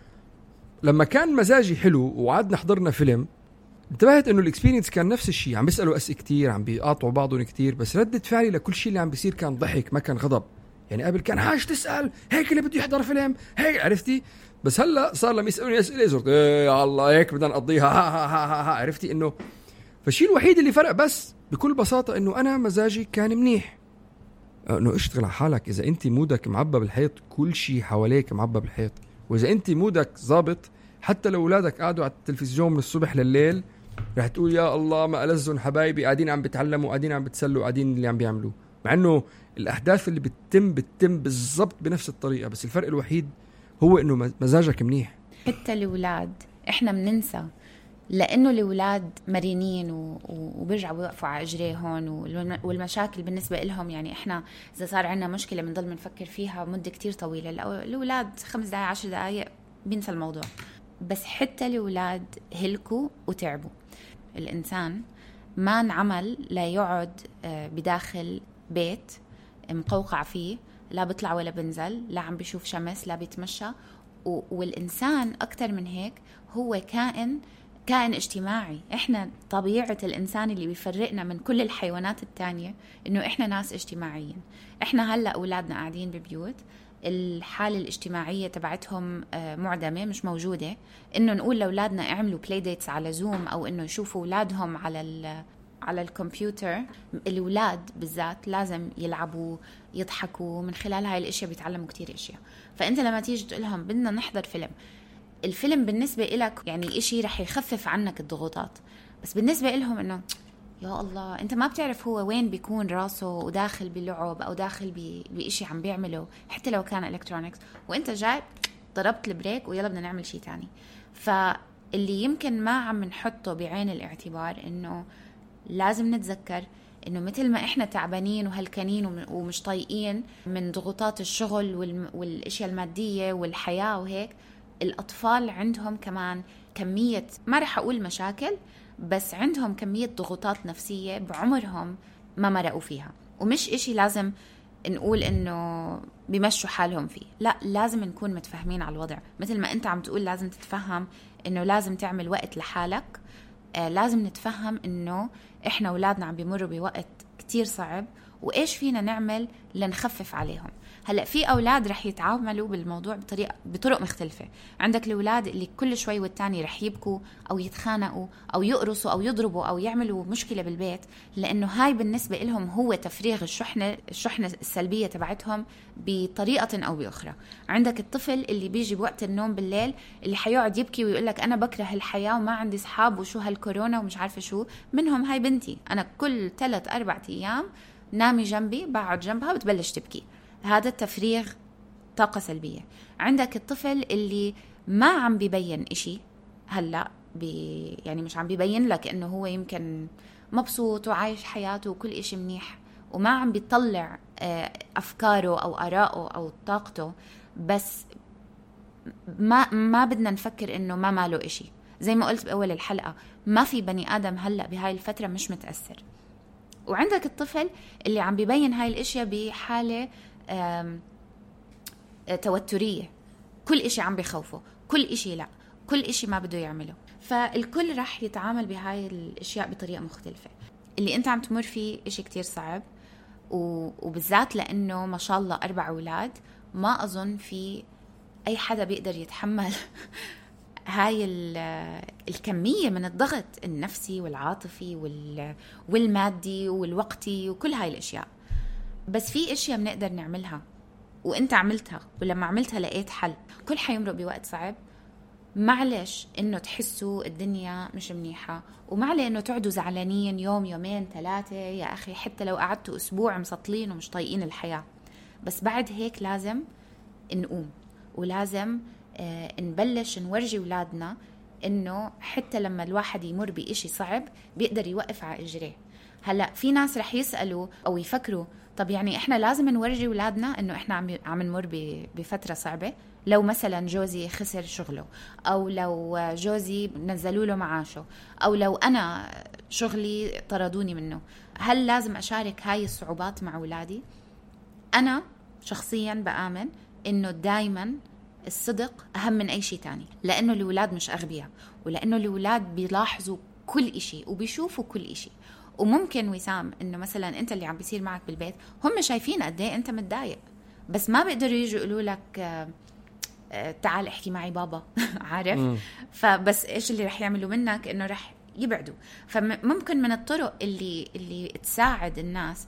لما كان مزاجي حلو وعدنا حضرنا فيلم، انتبهت إنه الإكسبيرينس كان نفس الشيء، عم بيسألوا أسئلة كتير، عم بيقاطعوا بعضهم كتير، بس ردة فعلي لكل شيء اللي عم بيصير كان ضحك، ما كان غضب. يعني قبل كان هاش تسأل هيك اللي بده يحضر فيلم هيك، عرفتي؟ بس هلا صار لما يسألوني أسئلة زرت إيه يا الله هيك بدنا نقضيها ها ها ها ها ها، عرفتي؟ إنه فالشيء الوحيد اللي فرق بس بكل بساطة إنه أنا مزاجي كان منيح. إنه اشتغل على حالك. إذا أنت مودك معبى بالحيط كل شيء حواليك معبى بالحيط، وإذا أنت مودك ضابط حتى لو أولادك قاعدوا على التلفزيون من الصبح لليل رح تقول يا الله ما ألزهم حبايبي قاعدين عم بتعلموا قاعدين عم بتسلوا قاعدين اللي عم بيعملوه، مع إنه الأحداث اللي بتتم بتتم بالضبط بنفس الطريقة، بس الفرق الوحيد هو إنه مزاجك منيح. حتى الأولاد إحنا مننسى لأنه الأولاد مرنين وبيرجعوا بيوقفوا على إجريهم، والمشاكل بالنسبة لهم يعني إحنا إذا صار عنا مشكلة بنضل بنفكر فيها مدة كتير طويلة. الأولاد خمس دقايق عشر دقايق بينسى الموضوع. بس حتى الأولاد هلكوا وتعبوا. الإنسان ما انعمل لا يقعد بداخل بيت مقوقع فيه، لا بيطلع ولا بنزل، لا عم بيشوف شمس، لا بيتمشى. والإنسان أكتر من هيك هو كائن كائن اجتماعي. إحنا طبيعة الإنسان اللي بيفرقنا من كل الحيوانات التانية إنه إحنا ناس اجتماعيين. إحنا هلأ أولادنا قاعدين ببيوت، الحالة الاجتماعية تبعتهم معدمة مش موجودة. إنه نقول لأولادنا اعملوا بلاي ديتس على زوم أو إنه يشوفوا أولادهم على على الكمبيوتر. الأولاد بالذات لازم يلعبوا يضحكوا، من خلال هاي الاشياء بيتعلموا كتير اشياء. فانت لما تيجي تقول لهم بدنا نحضر فيلم، الفيلم بالنسبة لك يعني اشي رح يخفف عنك الضغوطات، بس بالنسبة لهم انه يا الله انت ما بتعرف هو وين بيكون راسه وداخل بلعب او داخل باشي عم بيعمله، حتى لو كان الكترونيكس، وانت جاي ضربت البريك ويلا بدنا نعمل شي تاني. فاللي يمكن ما عم نحطه بعين الاعتبار انه لازم نتذكر إنه مثل ما إحنا تعبانين وهلكانين ومش طايقين من ضغوطات الشغل والأشياء المادية والحياة وهيك، الأطفال عندهم كمان كمية، ما رح أقول مشاكل، بس عندهم كمية ضغوطات نفسية بعمرهم ما مرقوا فيها، ومش إشي لازم نقول إنه بيمشوا حالهم فيه. لا، لازم نكون متفاهمين على الوضع. مثل ما أنت عم تقول لازم تتفهم إنه لازم تعمل وقت لحالك، آه لازم نتفهم إنه إحنا أولادنا عم بيمروا بوقت كتير صعب، وإيش فينا نعمل لنخفف عليهم. هلأ في أولاد رح يتعاملوا بالموضوع بطريقة بطرق مختلفة. عندك الأولاد اللي كل شوي والتاني رح يبكوا أو يتخانقوا أو يقرصوا أو يضربوا أو يعملوا مشكلة بالبيت، لأنه هاي بالنسبة لهم هو تفريغ الشحنة الشحنة السلبية تبعتهم بطريقة أو بأخرى. عندك الطفل اللي بيجي بوقت النوم بالليل اللي حيقعد يبكي ويقولك أنا بكره الحياة وما عندي صحاب وشو هالكورونا ومش عارفة شو. منهم هاي بنتي، أنا كل ثلاث أربعة أيام نامي جنبي بقعد جنبها بتبلش تبكي. هذا التفريغ طاقة سلبية. عندك الطفل اللي ما عم بيبين إشي هلأ بي يعني مش عم بيبين لك إنه هو يمكن مبسوط وعايش حياته وكل إشي منيح، وما عم بيطلع أفكاره أو آراءه أو طاقته، بس ما ما بدنا نفكر إنه ما ماله إشي. زي ما قلت بأول الحلقة، ما في بني آدم هلأ بهاي الفترة مش متأثر. وعندك الطفل اللي عم بيبين هاي الاشياء بحالة توترية، كل اشي عم بيخوفه، كل اشي لا، كل اشي ما بده يعمله. فالكل رح يتعامل بهاي الاشياء بطريقة مختلفة. اللي انت عم تمر فيه اشي كتير صعب، وبالذات لانه ما شاء الله اربع اولاد، ما اظن في اي حدا بيقدر يتحمل هاي الكمية من الضغط النفسي والعاطفي والمادي والوقتي وكل هاي الاشياء. بس في اشياء بنقدر نعملها، وانت عملتها، ولما عملتها لقيت حل. كل حيمرق بوقت صعب، معلش انه تحسوا الدنيا مش منيحة، ومعلش انه تعدوا زعلانين يوم يومين ثلاثة يا اخي، حتى لو قعدتوا اسبوع مسطلين ومش طايقين الحياة. بس بعد هيك لازم نقوم، ولازم آه نبلش نورجي أولادنا إنه حتى لما الواحد يمر بإشي صعب بيقدر يوقف على إجريه. هلأ في ناس رح يسألوا أو يفكروا، طب يعني إحنا لازم نورجي أولادنا إنه إحنا عم عم نمر بفترة صعبة؟ لو مثلا جوزي خسر شغله، أو لو جوزي نزلوا له معاشه، أو لو أنا شغلي طردوني منه، هل لازم أشارك هاي الصعوبات مع أولادي؟ أنا شخصيا بآمن إنه دايما الصدق أهم من أي شيء تاني، لأنه الأولاد مش أغبياء، ولأنه الأولاد بيلاحظوا كل إشي وبيشوفوا كل إشي. وممكن وسام إنه مثلا أنت اللي عم بيصير معك بالبيت هم شايفين قد إيه أنت متضايق، بس ما بيقدروا يجوا يقولوا لك تعال احكي معي بابا عارف. فبس إيش اللي رح يعملوا منك؟ إنه رح يبعدوا. فممكن من الطرق اللي اللي تساعد الناس،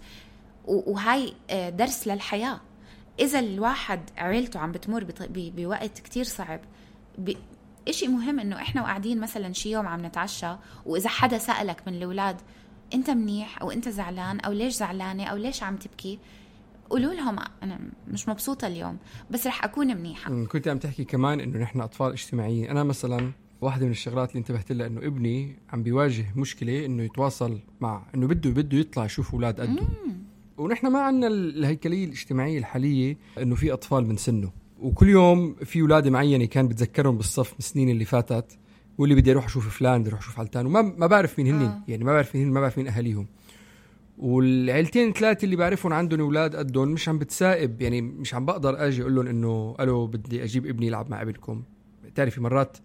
وهاي درس للحياة. إذا الواحد عيلته عم بتمر بوقت كتير صعب، إشي مهم إنه إحنا وقاعدين مثلا شي يوم عم نتعشى، وإذا حدا سألك من الأولاد أنت منيح أو أنت زعلان أو ليش زعلانة أو ليش عم تبكي، قولوا لهم أنا مش مبسوطة اليوم بس رح أكون منيحة. كنت عم تحكي كمان إنه نحن أطفال اجتماعيين. أنا مثلا واحدة من الشغلات اللي انتبهت لها إنه ابني عم بيواجه مشكلة إنه يتواصل مع إنه بده بده يطلع يشوف أولاد قده. ونحن ما عنا الهيكلية الاجتماعية الحالية إنه في أطفال من سنه، وكل يوم في أولاد معينة كان بتذكرهم بالصف السنين اللي فاتت، واللي بدي أروح أشوف فلان بدي أروح أشوف علتان، وما ما بعرف مين هنين آه. يعني ما بعرف مين هن، ما بعرف مين أهاليهم. والعيلتين ثلاثة اللي بعرفهم عندهم أولاد قدهم مش عم بتسائب، يعني مش عم بقدر أجي أقول لهم إنه ألو بدي أجيب ابني يلعب مع ابنكم. تعرفي مرات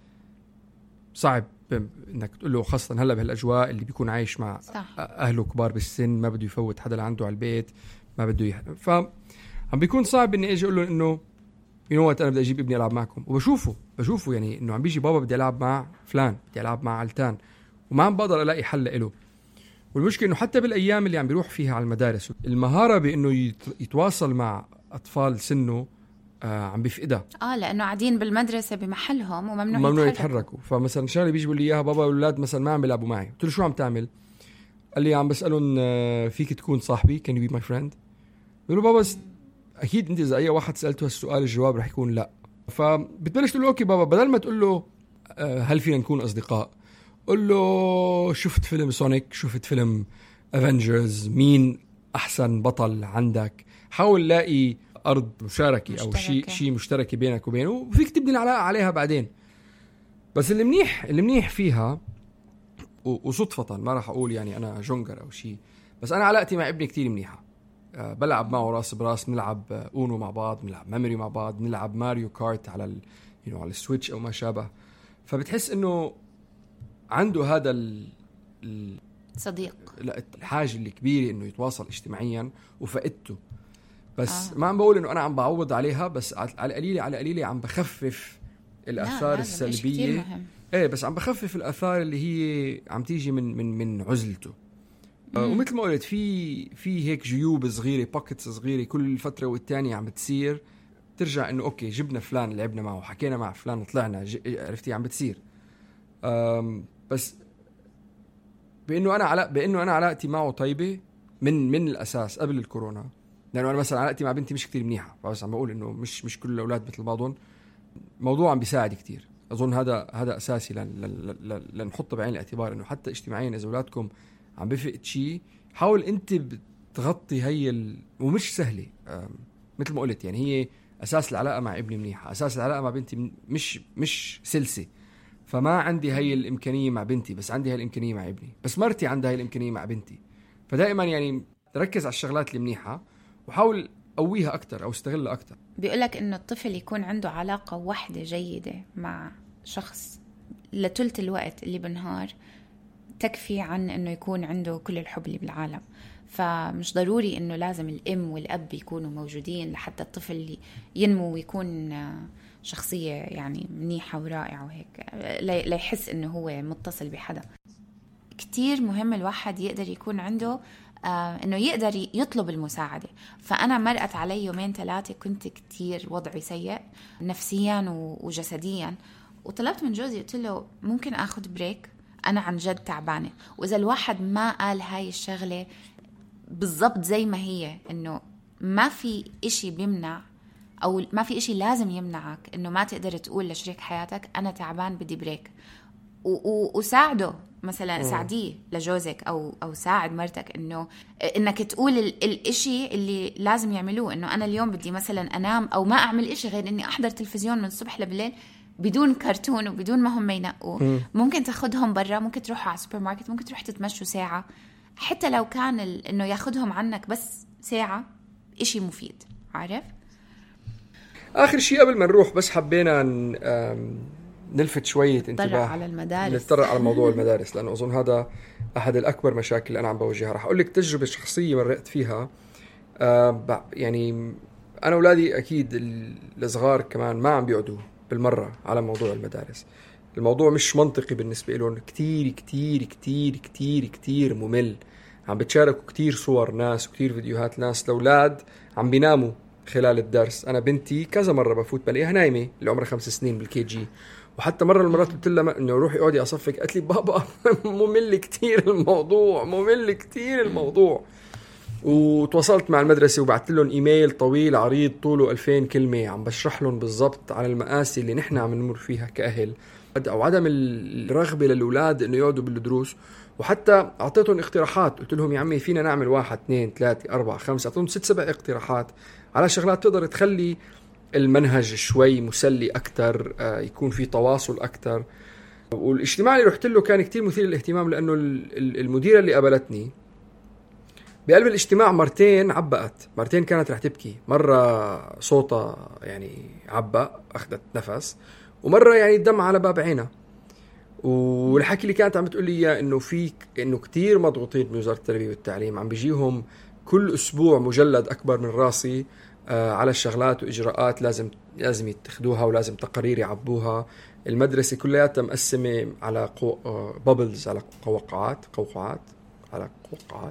صعب انك تقول له، خاصه هلا بهالاجواء اللي بيكون عايش مع صح. اهله كبار بالسن، ما بده يفوت حدا لعنده على البيت، ما بده يح... ف عم بيكون صعب اني اجي اقول له انه يو انا بدي اجيب ابني العب معكم. وبشوفه بشوفه يعني انه عم بيجي بابا بدي العب مع فلان، بدي العب مع علتان، وما عم بقدر الاقي حل له. والمشكله انه حتى بالايام اللي عم بيروح فيها على المدارس، المهاره بانه يت... يتواصل مع اطفال سنه آه عم بيفقدها. اه لانه قاعدين بالمدرسه بمحلهم وممنوع ممنوع يتحركوا. يتحركوا. فمثلا شغله بيجي بيقول لي اياها بابا الاولاد مثلا ما عم بيلعبوا معي، قلت له شو عم تعمل؟ قال لي عم بسالهم آه فيك تكون صاحبي، كان يو بي ماي فريند؟ قلت له بابا س... اكيد انت اذا اي واحد سالته هالسؤال الجواب رح يكون لا. فبتبلش تقول له اوكي بابا، بدل ما تقول له آه هل فينا نكون اصدقاء، قل له شفت فيلم سونيك، شفت فيلم افنجرز، مين احسن بطل عندك، حاول لاقي أرض مشاركة أو شيء شيء مشترك بينك وبينه، وفيك تبني العلاقة عليها بعدين. بس اللي منيح اللي منيح فيها وصدفة، ما راح أقول يعني أنا جونجر أو شيء، بس أنا علاقتي مع ابني كتير منيحة. أه بلعب معه راس براس، نلعب أونو مع بعض، نلعب ميموري مع بعض، نلعب ماريو كارت على ال you know على السويتش أو ما شابه. فبتحس إنه عنده هذا ال صديق، لا الحاجه اللي كبيره انه يتواصل اجتماعيا وفقدته. بس آه. ما عم بقول انه انا عم بعوض عليها، بس على قليله على قليله عم بخفف الاثار السلبيه. ايه بس عم بخفف الاثار اللي هي عم تيجي من من من عزلته. آه ومثل ما قلت في في هيك جيوب صغيره، باكيتس صغيره كل فتره والتانيه عم بتصير، ترجع انه اوكي جبنا فلان لعبنا معه، حكينا مع فلان، طلعنا، عرفتي عم بتصير. بس بانه انا علاق بانه انا علاقتي معه طيبه من من الاساس قبل الكورونا، لانه انا مثلا علاقتي مع بنتي مش كتير منيحه، بس عم بقول انه مش مش كل الاولاد مثل بعضهم. موضوع عم بيساعد كتير، اظن هذا هذا اساسي لنحطه بعين الاعتبار، انه حتى اجتماعيا اذا اولادكم عم بفقد شيء، حاول انت بتغطي هي ال... ومش سهله مثل ما قلت. يعني هي اساس العلاقه مع ابني منيحه، اساس العلاقه مع بنتي مش مش سلسه، فما عندي هاي الامكانيه مع بنتي، بس عندي هاي الامكانيه مع ابني، بس مرتي عندها هاي الامكانيه مع بنتي. فدائما يعني ركز على الشغلات المنيحه وحاول قويها اكثر او استغلها اكثر. بيقولك انه الطفل يكون عنده علاقه واحده جيده مع شخص لثلث الوقت اللي بالنهار تكفي عن انه يكون عنده كل الحب اللي بالعالم. فمش ضروري انه لازم الام والاب يكونوا موجودين لحتى الطفل ينمو ويكون شخصيه يعني منيحه ورائعه وهيك، لا يحس انه هو متصل بحدا. كتير مهم الواحد يقدر يكون عنده آه انه يقدر يطلب المساعده. فانا مرقت علي يومين ثلاثه كنت كتير وضعي سيء نفسيا وجسديا، وطلبت من جوزي قلت له ممكن اخذ بريك، انا عن جد تعبانه. واذا الواحد ما قال هاي الشغله بالضبط زي ما هي، انه ما في اشي بيمنع او ما في اشي لازم يمنعك انه ما تقدر تقول لشريك حياتك انا تعبان بدي بريك، وساعده مثلا، ساعديه لجوزك او او ساعد مرتك انه انك تقول الاشي اللي لازم يعملوه. انه انا اليوم بدي مثلا انام او ما اعمل اشي غير اني احضر تلفزيون من الصبح لبليل بدون كرتون وبدون ما هم ينقوا. ممكن تاخدهم برا، ممكن تروحوا على السوبر ماركت، ممكن تروح تتمشوا ساعة، حتى لو كان انه ياخدهم عنك بس ساعة، اشي مفيد. عارف؟ اخر شيء قبل ما نروح بس حبينا نلفت شوية انتباه على المدارس، نتطرق على موضوع المدارس، لأنه أظن هذا أحد الأكبر مشاكل اللي أنا عم بوجهها. رح أقول لك تجربة شخصية مرقت فيها. آه يعني أنا أولادي أكيد الصغار كمان ما عم بيقعدوا بالمرة على موضوع المدارس. الموضوع مش منطقي بالنسبة لهم، كتير كتير كتير كتير كتير ممل. عم بتشاركوا كتير صور ناس وكتير فيديوهات ناس لأولاد عم بيناموا خلال الدرس. أنا بنتي كذا مرة بفوت بلاقيها نايمة اللي عمرها خمس سنين بالكي جي، وحتى مرة المرات قلت لها إنه روحي اقعدي أصفك، قالت لي بابا ممل كتير الموضوع، ممل كتير الموضوع. وتواصلت مع المدرسة وبعت لهم إيميل طويل عريض طوله ألفين كلمة عم بشرح لهم بالضبط على المآسي اللي نحن عم نمر فيها كأهل، أو عدم الرغبة للأولاد إنه يقعدوا بالدروس. وحتى أعطيتهم اقتراحات، قلت لهم يا عمي فينا نعمل واحد اثنين ثلاثة أربعة خمسة، أعطيتهم ست سبع اقتراحات على شغلات تقدر تخلي المنهج شوي مسلي أكتر، يكون في تواصل أكتر. والاجتماع اللي رحت له كان كتير مثير للاهتمام، لأنه المديرة اللي قابلتني بقلب الاجتماع مرتين عبقت، مرتين كانت رح تبكي. مرة صوتها يعني عبق أخذت نفس، ومرة يعني الدم على باب عينها. والحكي اللي كانت عم تقول لي إياه إنه في إنه كتير مضغوطين بوزارة التربية والتعليم، عم بيجيهم كل أسبوع مجلد أكبر من راسي آه على الشغلات وإجراءات لازم لازم يتخذوها ولازم تقارير يعبوها. المدرسة كلها مقسمة على قو... آه بابلز، على قوقعات قوقعات على قوقعات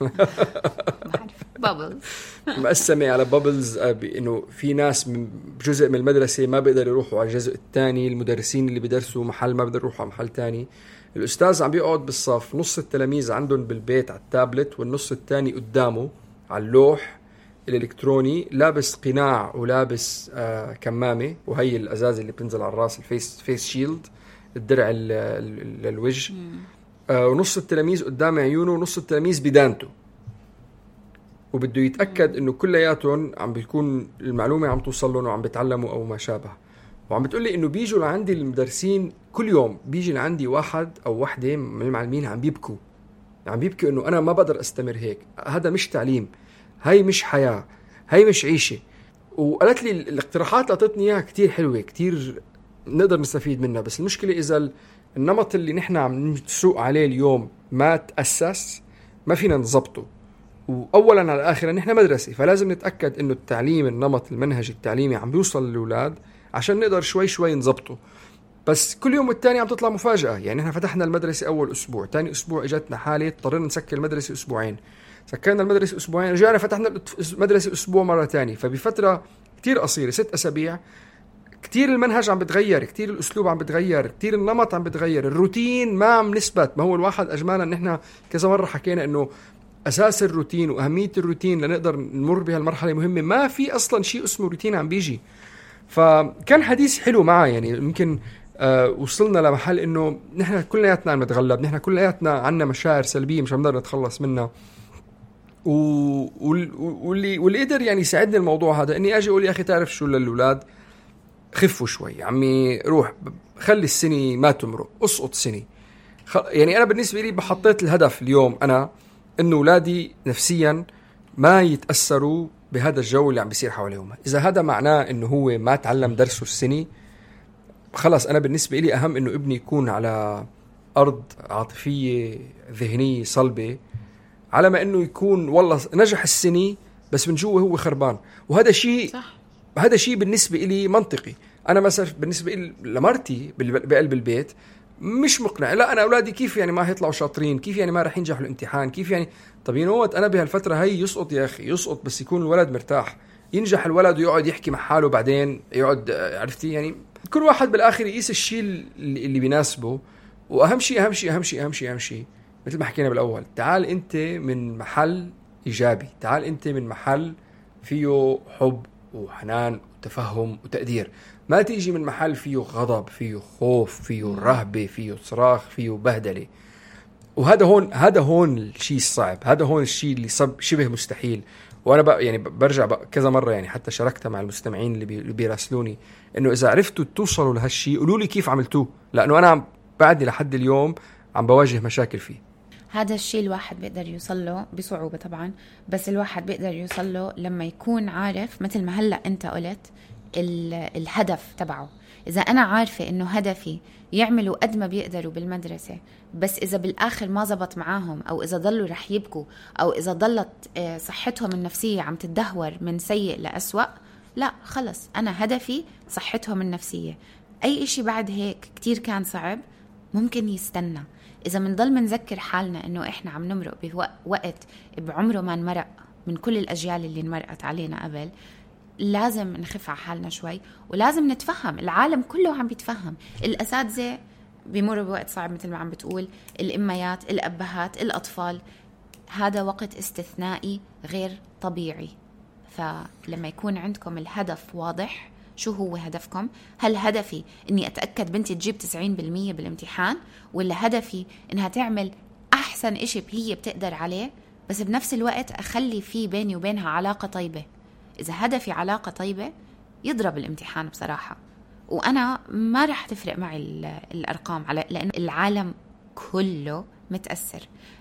بابلز مقسمة على بابلز، إنه في ناس من جزء من المدرسة ما بيقدر يروحوا على الجزء الثاني، المدرسين اللي بيدرسوا محل ما بيقدر يروحوا على محل تاني. الأستاذ عم بيقعد بالصف، نص التلاميذ عندهم بالبيت على التابلت والنص الثاني قدامه على اللوح الإلكتروني، لابس قناع ولابس آه كمامة، وهي الأزاز اللي بتنزل على الراس، الفيس فيس شيلد، الدرع للوجه. آه ونص التلاميذ قدام عيونه ونص التلاميذ بدانته، وبده يتأكد إنه كلياتهم عم بيكون المعلومة عم توصل لهم وعم بيتعلموا أو ما شابه. وعم بتقولي إنه بيجوا لعندي المدرسين كل يوم، بيجي لعندي واحد أو واحدة من المعلمين عم بيبكوا، عم بيبكوا إنه أنا ما بقدر أستمر هيك، هذا مش تعليم، هاي مش حياة، هاي مش عيشة. وقالت لي الاقتراحات اللي أعطتني إياها كتير حلوة، كتير نقدر نستفيد منها، بس المشكلة إذا النمط اللي نحن عم نسوق عليه اليوم ما تأسس ما فينا نضبطه. وأولا على الآخرة نحن مدرسة، فلازم نتأكد إنه التعليم النمط المنهج التعليمي عم بيوصل للأولاد عشان نقدر شوي شوي نضبطه. بس كل يوم والتاني عم تطلع مفاجأة. يعني نحن فتحنا المدرسة أول أسبوع، تاني أسبوع إجتنا حالة اضطرينا نسكر المدرسة أسبوعين، سكرنا المدرسة أسبوعين، رجعنا فتحنا المدرسة أسبوع مرة تاني. فبفترة كتير قصيرة ست أسابيع كتير المنهج عم بتغير، كتير الأسلوب عم بتغير، كتير النمط عم بتغير، الروتين ما عم نثبت. ما هو الواحد أجمالا نحن كذا مرة حكينا إنه أساس الروتين وأهمية الروتين لنقدر نمر بها المرحلة مهمة. ما في أصلا شيء اسمه روتين عم بيجي. فكان حديث حلو معه، يعني يمكن آه وصلنا لمحل إنه نحن كلياتنا عم نتغلب، نحن كلياتنا عنا مشاعر سلبية مش عم نقدر نتخلص منها. واللي واللي قدر يعني يساعدني الموضوع هذا إني أجي أقول يا أخي تعرف شو للأولاد، خفوا شوي عمي، روح خلي السنة ما تمرق، اسقط سنة. يعني أنا بالنسبة لي بحطيت الهدف اليوم أنا إنه أولادي نفسيا ما يتأثروا بهذا الجو اللي عم بيصير حواليهم. إذا هذا معناه إنه هو ما تعلم درسه السنة، خلاص أنا بالنسبة لي أهم إنه ابني يكون على أرض عاطفية ذهنية صلبة، على ما إنه يكون والله نجح السنة بس من جوا هو خربان. وهذا شيء صح. هذا شيء بالنسبة لي منطقي. أنا مثلا بالنسبة لي لمرتي بقلب البيت مش مقنع. لا أنا أولادي كيف يعني ما هيطلعوا شاطرين، كيف يعني ما رح ينجحوا الامتحان، كيف يعني طب ينوت أنا بهالفترة هاي يسقط يا أخي يسقط، بس يكون الولد مرتاح، ينجح الولد ويقعد يحكي مع حاله بعدين يقعد عرفتي. يعني كل واحد بالآخر يقيس الشيء اللي, اللي بيناسبه. وأهم شيء أهم شيء أهم شيء أهم شيء أهم شيء مثل ما حكينا بالأول، تعال أنت من محل إيجابي، تعال أنت من محل فيه حب وحنان وتفهم وتقدير، ما تيجي من محل فيه غضب، فيه خوف، فيه رهبة، فيه صراخ، فيه بهدلة. وهذا هون هذا هون الشيء الصعب، هذا هون الشيء اللي صب شبه مستحيل. وانا بقى يعني برجع بقى كذا مرة يعني حتى شاركتها مع المستمعين اللي, بي اللي بيراسلوني انه اذا عرفتوا توصلوا لهالشيء قولوا لي كيف عملتوه، لانه انا بعدني لحد اليوم عم بواجه مشاكل فيه. هذا الشيء الواحد بيقدر يوصل له بصعوبة طبعا، بس الواحد بيقدر يوصل له لما يكون عارف مثل ما هلأ انت قلت الهدف تبعه. إذا أنا عارفة إنه هدفي يعملوا قد ما بيقدروا بالمدرسة، بس إذا بالآخر ما زبط معاهم، أو إذا ضلوا رح يبكوا، أو إذا ضلت صحتهم النفسية عم تتدهور من سيء لأسوأ، لا خلص أنا هدفي صحتهم النفسية. أي إشي بعد هيك كتير كان صعب ممكن يستنى. إذا منضل منذكر حالنا إنه إحنا عم نمرق بوقت بعمره ما نمرق من كل الأجيال اللي نمرقت علينا قبل، لازم نخف على حالنا شوي، ولازم نتفهم. العالم كله عم بيتفهم، الأساتذة بيمروا بوقت صعب مثل ما عم بتقول، الأميات، الأبهات، الأطفال. هذا وقت استثنائي غير طبيعي. فلما يكون عندكم الهدف واضح، شو هو هدفكم؟ هل هدفي إني أتأكد بنتي تجيب تسعين بالمية بالامتحان، ولا هدفي إنها تعمل أحسن إشي هي بتقدر عليه بس بنفس الوقت أخلي فيه بيني وبينها علاقة طيبة؟ إذا هدفي علاقة طيبة يضرب الامتحان بصراحة. وأنا ما رح تفرق معي الأرقام، على لأن العالم كله متأثر.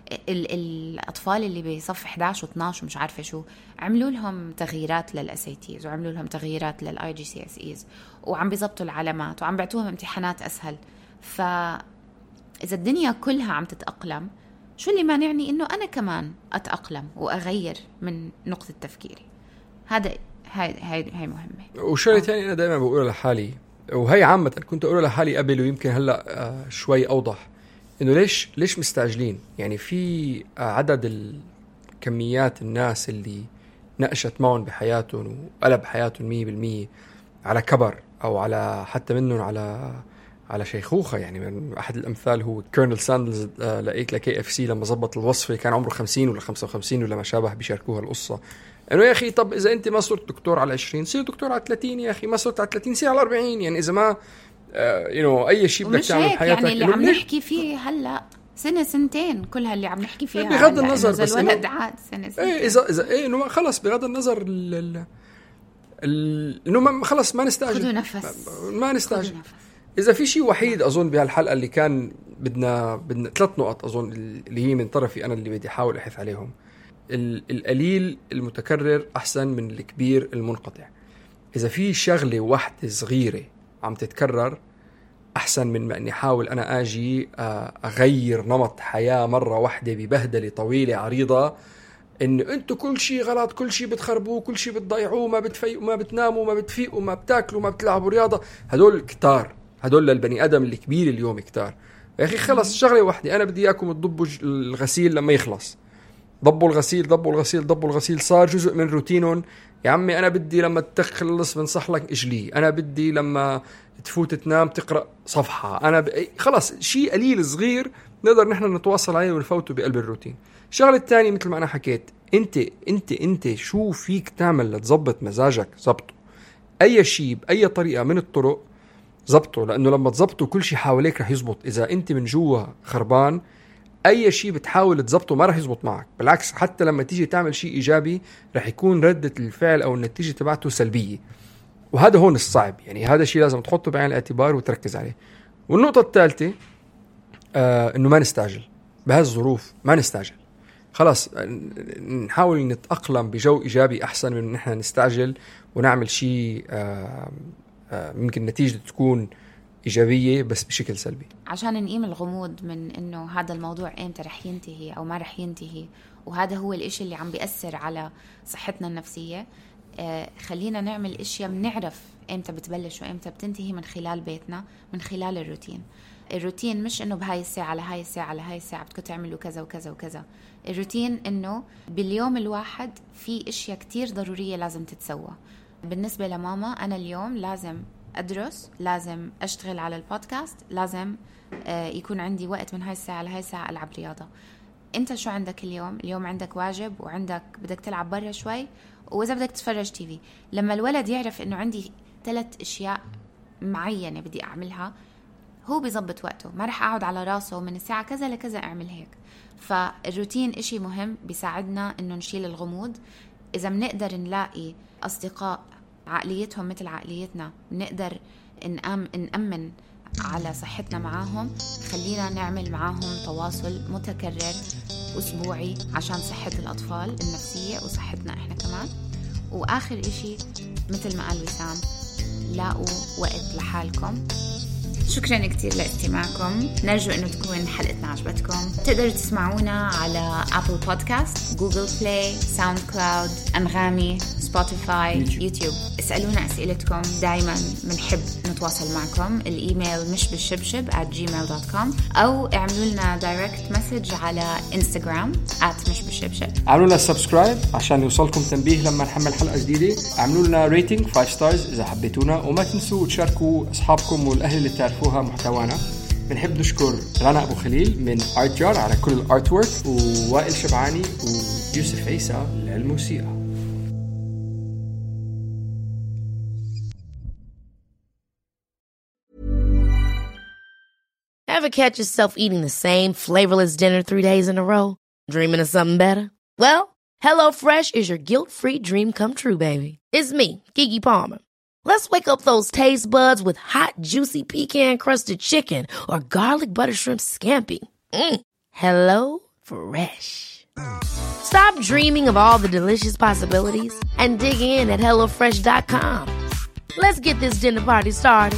الأطفال اللي بصف إحدى عشر واثناشر ومش عارفة شو، عملوا لهم تغييرات للأسيتيز، وعملوا لهم تغييرات للآي جي سي اس إيز، وعم بيضبطوا العلامات، وعم بعتوهم امتحانات أسهل. فإذا الدنيا كلها عم تتأقلم، شو اللي مانعني إنه أنا كمان أتأقلم وأغير من نقطة تفكيري؟ هذا هاي هاي هاي مهمة. وشغله ثانيه أنا دائما بقولها لحالي، وهي عامة كنت أقولها لحالي قبل ويمكن هلا آه شوي أوضح، إنه ليش ليش مستعجلين؟ يعني في آه عدد الكميات الناس اللي نقشت معهم بحياتهم وقلب حياتهم مية بالمية على كبر، أو على حتى منهم على على شيخوخة. يعني من أحد الأمثال هو كيرنل ساندلز آه لقيت لكي اف سي لما زبط الوصفة كان عمره خمسين ولا خمسة وخمسين ولا ما شابه، بيشاركوها القصة انه يا اخي طب اذا انت ما صرت دكتور على عشرين صير دكتور على ثلاثين، يا اخي ما صرت على ثلاثين صير على أربعين. يعني اذا ما يو نو اي شيء بدك تعمل بحياتك، يعني اللي عم نحكي فيه هلا سنه سنتين كل هاللي عم نحكي فيها بغض النظر، بس الولد عاد سنه سنتين. ايه اذا اذا ايه انه خلص بغض النظر ال ال انه ما خلص ما نستعجل، خذوا نفس ما نستعجل. اذا في شيء وحيد اظن بهالحلقه اللي كان بدنا بدنا ثلاث نقط اظن اللي هي من طرفي انا اللي بدي احاول احث عليهم. القليل المتكرر أحسن من الكبير المنقطع. إذا في شغلة واحدة صغيرة عم تتكرر أحسن من ما أني أحاول أنا أجي أغير نمط حياة مرة واحدة ببهدلة طويلة عريضة، إنه أنتوا كل شيء غلط، كل شيء بتخربوه، كل شيء بتضيعوه، ما بتفيقوا، ما بتناموا، ما بتفيقوا، ما بتاكلوا، ما بتلعبوا رياضة. هدول كتار، هدول للبني آدم الكبير اليوم كتار. يا أخي خلص شغلة واحدة، أنا بدي إياكم تضبوا الغسيل لما يخلص، ضبوا الغسيل ضبوا الغسيل ضبوا الغسيل، صار جزء من روتينهم. يا عمي أنا بدي لما تخلص بنصح لك إجلي، أنا بدي لما تفوت تنام تقرأ صفحة، أنا ب... خلص شيء قليل صغير نقدر نحن نتواصل عليه ونفوته بقلب الروتين. الشغلة الثانية مثل ما أنا حكيت، أنت أنت أنت شو فيك تعمل لتزبط مزاجك؟ زبطه أي شيء بأي طريقة من الطرق، زبطه، لأنه لما تزبطه كل شيء حواليك رح يزبط. إذا أنت من جوا خربان أي شيء بتحاول تزبطه ما رح يزبط معك، بالعكس حتى لما تيجي تعمل شيء إيجابي رح يكون ردة الفعل أو النتيجة تبعته سلبية، وهذا هون الصعب. يعني هذا الشيء لازم تحطه بعين الاعتبار وتركز عليه. والنقطة الثالثة آه إنه ما نستعجل بهالظروف، ما نستعجل، خلاص نحاول نتأقلم بجو إيجابي أحسن من نحن نستعجل ونعمل شيء آه آه ممكن نتيجة تكون إيجابية بس بشكل سلبي. عشان نقيم الغموض من إنه هذا الموضوع إمتى رح ينتهي أو ما رح ينتهي، وهذا هو الإشي اللي عم بيأثر على صحتنا النفسية، آه خلينا نعمل إشياء بنعرف إمتى بتبلش وإمتى بتنتهي من خلال بيتنا، من خلال الروتين. الروتين مش إنه بهاي الساعة لهاي الساعة لهاي الساعة بدكم تعملوا كذا وكذا وكذا. الروتين إنه باليوم الواحد في إشياء كتير ضرورية لازم تتسوى. بالنسبة لماما أنا اليوم لازم أدرس، لازم أشتغل على البودكاست، لازم آه يكون عندي وقت من هاي الساعة لهاي الساعة ألعب رياضة. أنت شو عندك اليوم؟ اليوم عندك واجب وعندك بدك تلعب برا شوي، وإذا بدك تتفرج تيفي. لما الولد يعرف إنه عندي ثلاث أشياء معينة بدي أعملها، هو بيزبط وقته، ما رح أقعد على راسه من الساعة كذا لكذا أعمل هيك. فالروتين إشي مهم بيساعدنا إنه نشيل الغموض. إذا بنقدر نلاقي أصدقاء عقليتهم مثل عقليتنا، نقدر نأم نأمن على صحتنا معاهم، خلينا نعمل معاهم تواصل متكرر أسبوعي عشان صحة الأطفال النفسية وصحتنا إحنا كمان. وآخر إشي مثل ما قال وسام، لاقوا وقت لحالكم. شكرا كتير لاستماعكم، نرجو أنه تكون حلقتنا عجبتكم. تقدروا تسمعونا على أبل بودكاست، جوجل بلاي، ساوند كلاود، أنغامي، سبوتيفاي، يوتيوب. يوتيوب. اسألونا أسئلتكم، دايما منحب نتواصل معكم. الإيميل مش بالشبشب at gmail dot com، أو اعملوا لنا دايركت مسج على إنستغرام at مش بالشبشب. اعملوا لنا سبسكرايب عشان يوصلكم تنبيه لما نحمل حلقة جديدة. اعملوا لنا ريتنج فايف ستارز إذا حبيتونا، وما تنسوا تشاركوا أصحابكم والأهل اللي تعرفوها محتوانا. بنحب نشكر رنا أبو خليل من آرت جار على كل الارت وورك، ووائل شبعاني ويوسف عيسى للموسيقى. Ever catch yourself eating the same flavorless dinner three days in a row? Dreaming of something better? Well, HelloFresh is your guilt-free dream come true, baby. It's me, Keke Palmer. Let's wake up those taste buds with hot, juicy pecan-crusted chicken or garlic butter shrimp scampi. Mm. Hello Fresh. Stop dreaming of all the delicious possibilities and dig in at hello fresh dot com. Let's get this dinner party started.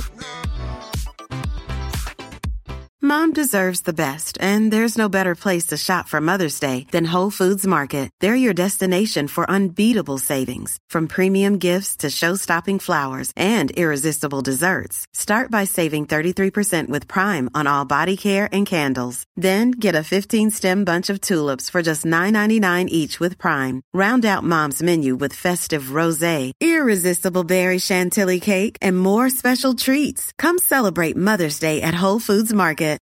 Mom deserves the best, and there's no better place to shop for Mother's Day than Whole Foods Market. They're your destination for unbeatable savings, from premium gifts to show-stopping flowers and irresistible desserts. Start by saving thirty-three percent with Prime on all body care and candles. Then get a fifteen-stem bunch of tulips for just nine ninety-nine each with Prime. Round out Mom's menu with festive rosé, irresistible berry chantilly cake, and more special treats. Come celebrate Mother's Day at Whole Foods Market.